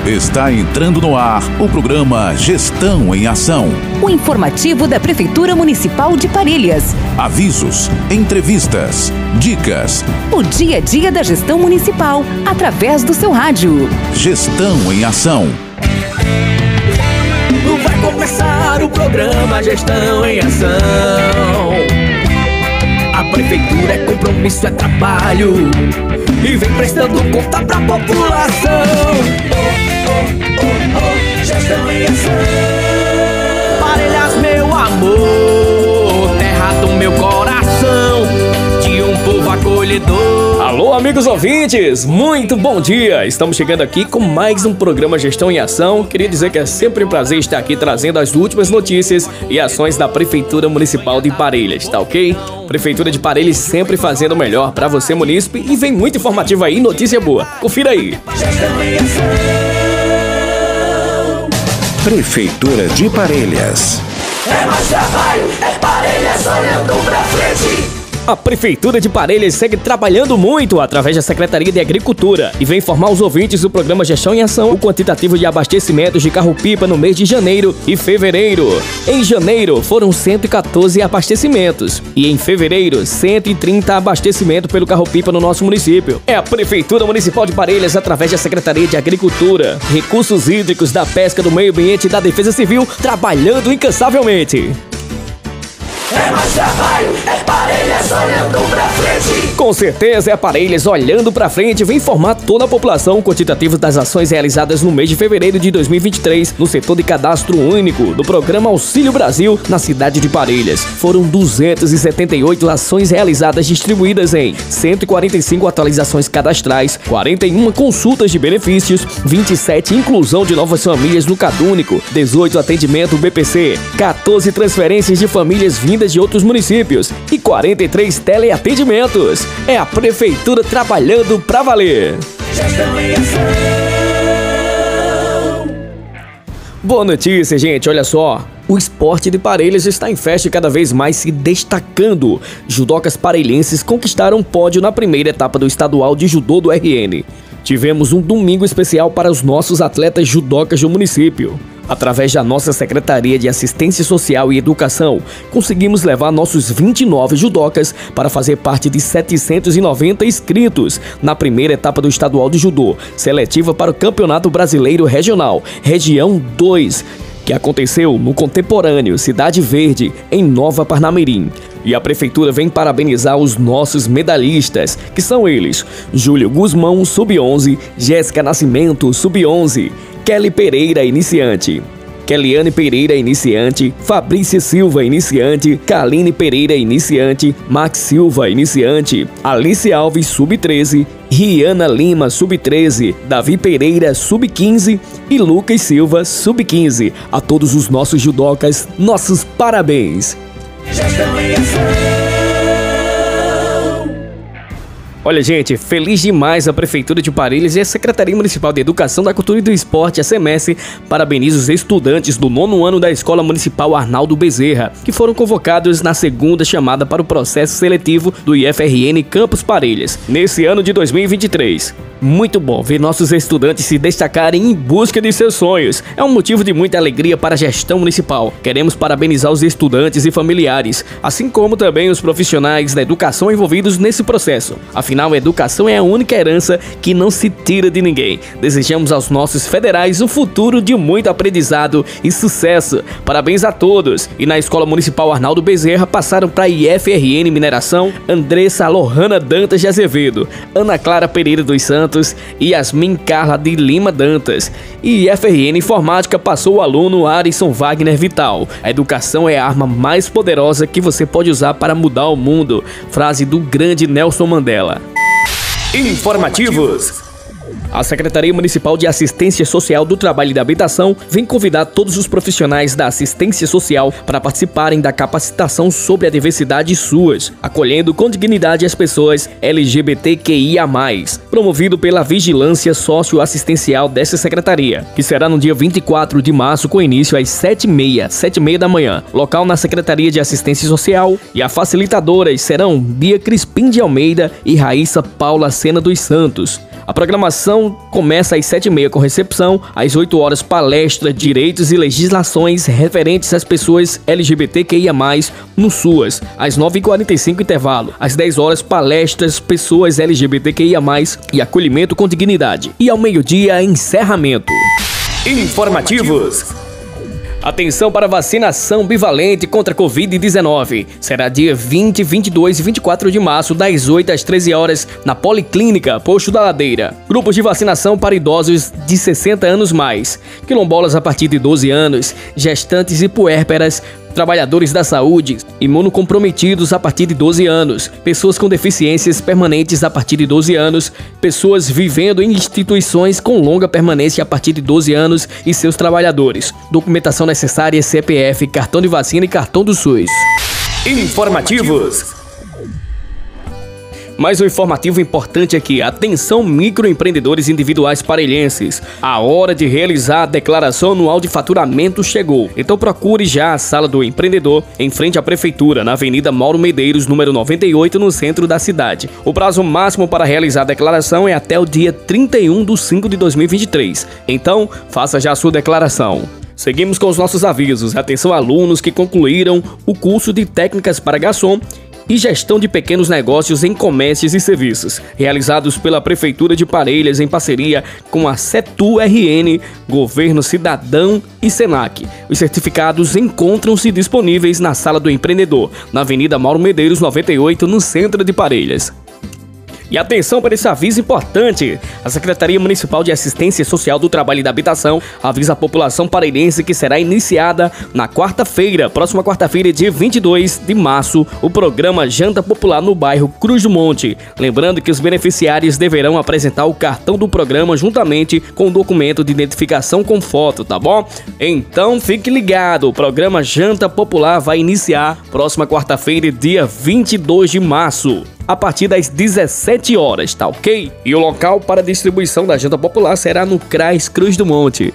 Está entrando no ar o programa Gestão em Ação. O informativo da Prefeitura Municipal de Parelhas. Avisos, entrevistas, dicas. O dia a dia da gestão municipal, através do seu rádio. Gestão em Ação. Vai começar o programa Gestão em Ação. A Prefeitura é compromisso, é trabalho, e vem prestando conta pra população. Gestão em Ação. Parelhas, meu amor, terra do meu coração, de um povo acolhedor. Alô, amigos ouvintes, muito bom dia! Estamos chegando aqui com mais um programa Gestão em Ação. Queria dizer que é sempre um prazer estar aqui trazendo as últimas notícias e ações da Prefeitura Municipal de Parelhas, tá ok? Prefeitura de Parelhas sempre fazendo o melhor pra você, munícipe, e vem muito informativo aí, notícia boa. Confira aí! Gestão em Ação. Prefeitura de Parelhas. É mais trabalho, é Parelhas olhando pra frente. A Prefeitura de Parelhas segue trabalhando muito através da Secretaria de Agricultura e vem informar os ouvintes do programa Gestão em Ação o quantitativo de abastecimentos de carro-pipa no mês de janeiro e fevereiro. Em janeiro foram 114 abastecimentos e em fevereiro 130 abastecimentos pelo carro-pipa no nosso município. É a Prefeitura Municipal de Parelhas através da Secretaria de Agricultura, Recursos Hídricos, da Pesca, do Meio Ambiente e da Defesa Civil trabalhando incansavelmente. É mais trabalho, é Parelhas olhando pra frente. Com certeza é Parelhas olhando pra frente. Vem informar toda a população o quantitativo das ações realizadas no mês de fevereiro de 2023 no setor de cadastro único do programa Auxílio Brasil na cidade de Parelhas. Foram 278 ações realizadas distribuídas em 145 atualizações cadastrais, 41 consultas de benefícios, 27 inclusão de novas famílias no CadÚnico, 18 atendimento BPC, 14 transferências de famílias vindas de outros municípios e 43 teleatendimentos. É a Prefeitura trabalhando pra valer. Gestão em Ação. Boa notícia, gente, olha só. O esporte de Parelhas está em festa e cada vez mais se destacando. Judocas parelhenses conquistaram pódio na primeira etapa do estadual de judô do RN. Tivemos um domingo especial para os nossos atletas judocas do município. Através da nossa Secretaria de Assistência Social e Educação, conseguimos levar nossos 29 judocas para fazer parte de 790 inscritos na primeira etapa do estadual de judô, seletiva para o Campeonato Brasileiro Regional, Região 2, que aconteceu no Contemporâneo Cidade Verde, em Nova Parnamirim. E a Prefeitura vem parabenizar os nossos medalhistas, que são eles: Júlio Guzmão, Sub-11, Jéssica Nascimento, Sub-11, Kelly Pereira, iniciante, Keliane Pereira, iniciante, Fabrícia Silva, iniciante, Kaline Pereira, iniciante, Max Silva, iniciante, Alice Alves, Sub-13, Riana Lima, Sub-13, Davi Pereira, Sub-15 e Lucas Silva, Sub-15. A todos os nossos judocas, nossos parabéns! Gestão em Ação. Olha, gente, feliz demais a Prefeitura de Parelhas e a Secretaria Municipal de Educação, da Cultura e do Esporte, a SEMESC, parabeniza os estudantes do 9º ano da Escola Municipal Arnaldo Bezerra, que foram convocados na segunda chamada para o processo seletivo do IFRN Campus Parelhas, nesse ano de 2023. Muito bom ver nossos estudantes se destacarem em busca de seus sonhos. É um motivo de muita alegria para a gestão municipal. Queremos parabenizar os estudantes e familiares, assim como também os profissionais da educação envolvidos nesse processo. Afinal, a educação é a única herança que não se tira de ninguém. Desejamos aos nossos federais um futuro de muito aprendizado e sucesso. Parabéns a todos. E na Escola Municipal Arnaldo Bezerra passaram para a IFRN Mineração Andressa Lohana Dantas de Azevedo, Ana Clara Pereira dos Santos e Yasmin Carla de Lima Dantas. E IFRN Informática passou o aluno Arison Wagner Vital. A educação é a arma mais poderosa que você pode usar para mudar o mundo. Frase do grande Nelson Mandela. Informativos. A Secretaria Municipal de Assistência Social do Trabalho e da Habitação vem convidar todos os profissionais da assistência social para participarem da capacitação sobre a diversidade SUAS, acolhendo com dignidade as pessoas LGBTQIA+, promovido pela Vigilância Socioassistencial dessa secretaria, que será no dia 24 de março com início às 7h30 da manhã. Local na Secretaria de Assistência Social, e as facilitadoras serão Bia Crispim de Almeida e Raíssa Paula Sena dos Santos. A programação ação começa às 7h30 com recepção, às 8 horas palestra, direitos e legislações referentes às pessoas LGBTQIA+, no SUAS, às 9h45 intervalo, às 10 horas palestras, pessoas LGBTQIA+, e acolhimento com dignidade, e ao meio-dia encerramento. Informativos. Atenção para vacinação bivalente contra a Covid-19. Será dia 20, 22 e 24 de março, das 8 às 13 horas, na Policlínica, Posto da Ladeira. Grupos de vacinação para idosos de 60 anos mais, quilombolas a partir de 12 anos, gestantes e puérperas, trabalhadores da saúde, imunocomprometidos a partir de 12 anos, pessoas com deficiências permanentes a partir de 12 anos, pessoas vivendo em instituições com longa permanência a partir de 12 anos e seus trabalhadores. Documentação necessária: CPF, cartão de vacina e cartão do SUS. Informativos. Mais um informativo importante aqui. Atenção, microempreendedores individuais parelhenses. A hora de realizar a declaração anual de faturamento chegou. Então procure já a Sala do Empreendedor, em frente à Prefeitura, na Avenida Mauro Medeiros, número 98, no centro da cidade. O prazo máximo para realizar a declaração é até o dia 31/5 de 2023. Então, faça já a sua declaração. Seguimos com os nossos avisos. Atenção, alunos que concluíram o curso de técnicas para garçom e gestão de pequenos negócios em comércios e serviços, realizados pela Prefeitura de Parelhas em parceria com a CETU-RN, Governo Cidadão e Senac. Os certificados encontram-se disponíveis na Sala do Empreendedor, na Avenida Mauro Medeiros 98, no centro de Parelhas. E atenção para esse aviso importante. A Secretaria Municipal de Assistência Social do Trabalho e da Habitação avisa a população parelhense que será iniciada na próxima quarta-feira, dia 22 de março, o programa Janta Popular no bairro Cruz do Monte. Lembrando que os beneficiários deverão apresentar o cartão do programa juntamente com o documento de identificação com foto, tá bom? Então fique ligado, o programa Janta Popular vai iniciar próxima quarta-feira, dia 22 de março. A partir das 17 horas, tá ok? E o local para distribuição da janta popular será no CRAS Cruz do Monte.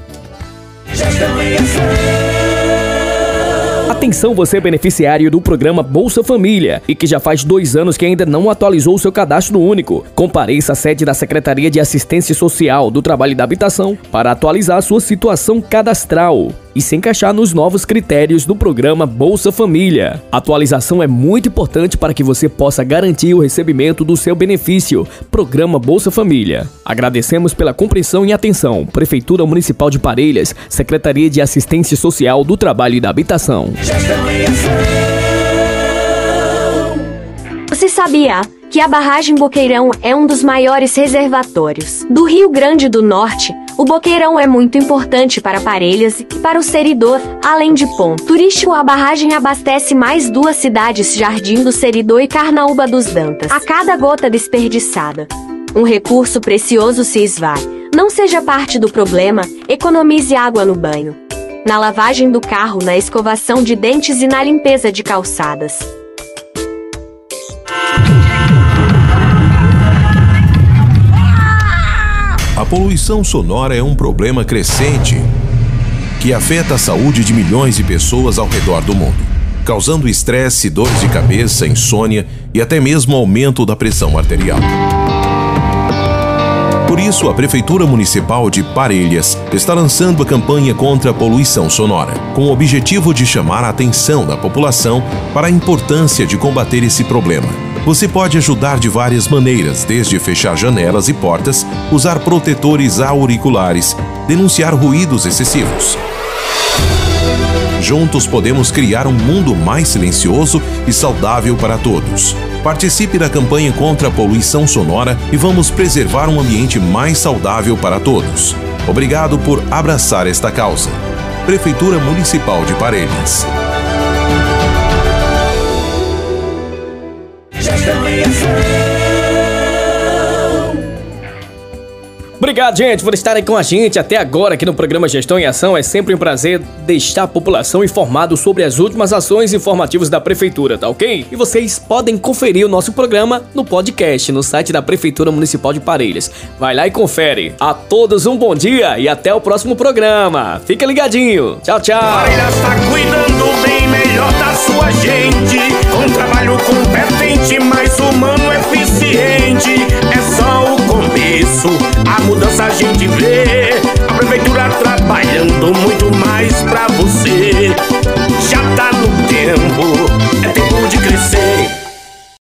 Atenção, você é beneficiário do programa Bolsa Família e que já faz 2 anos que ainda não atualizou o seu cadastro único. Compareça à sede da Secretaria de Assistência Social do Trabalho e da Habitação para atualizar a sua situação cadastral e se encaixar nos novos critérios do programa Bolsa Família. A atualização é muito importante para que você possa garantir o recebimento do seu benefício. Programa Bolsa Família. Agradecemos pela compreensão e atenção. Prefeitura Municipal de Parelhas, Secretaria de Assistência Social do Trabalho e da Habitação. Você sabia que a barragem Boqueirão é um dos maiores reservatórios do Rio Grande do Norte? O Boqueirão é muito importante para Parelhas e para o Seridó, além de ponto turístico. A barragem abastece mais 2 cidades, Jardim do Seridó e Carnaúba dos Dantas. A cada gota desperdiçada, um recurso precioso se esvai. Não seja parte do problema, economize água no banho, na lavagem do carro, na escovação de dentes e na limpeza de calçadas. A poluição sonora é um problema crescente que afeta a saúde de milhões de pessoas ao redor do mundo, causando estresse, dores de cabeça, insônia e até mesmo aumento da pressão arterial. Por isso, a Prefeitura Municipal de Parelhas está lançando a campanha contra a poluição sonora, com o objetivo de chamar a atenção da população para a importância de combater esse problema. Você pode ajudar de várias maneiras, desde fechar janelas e portas, usar protetores auriculares, denunciar ruídos excessivos. Juntos podemos criar um mundo mais silencioso e saudável para todos. Participe da campanha contra a poluição sonora e vamos preservar um ambiente mais saudável para todos. Obrigado por abraçar esta causa. Prefeitura Municipal de Parelhas. Obrigado, gente, por estarem com a gente até agora aqui no programa Gestão em Ação. É sempre um prazer deixar a população informada sobre as últimas ações informativas da Prefeitura, tá ok? E vocês podem conferir o nosso programa no podcast, no site da Prefeitura Municipal de Parelhas. Vai lá e confere. A todos um bom dia e até o próximo programa. Fica ligadinho. Tchau, tchau. Parelhas está cuidando bem melhor da sua gente, com um trabalho competente, mais humano, eficiente. É só o começo. isso, a mudança a gente vê. A prefeitura trabalhando muito mais pra você. Já tá no tempo, é tempo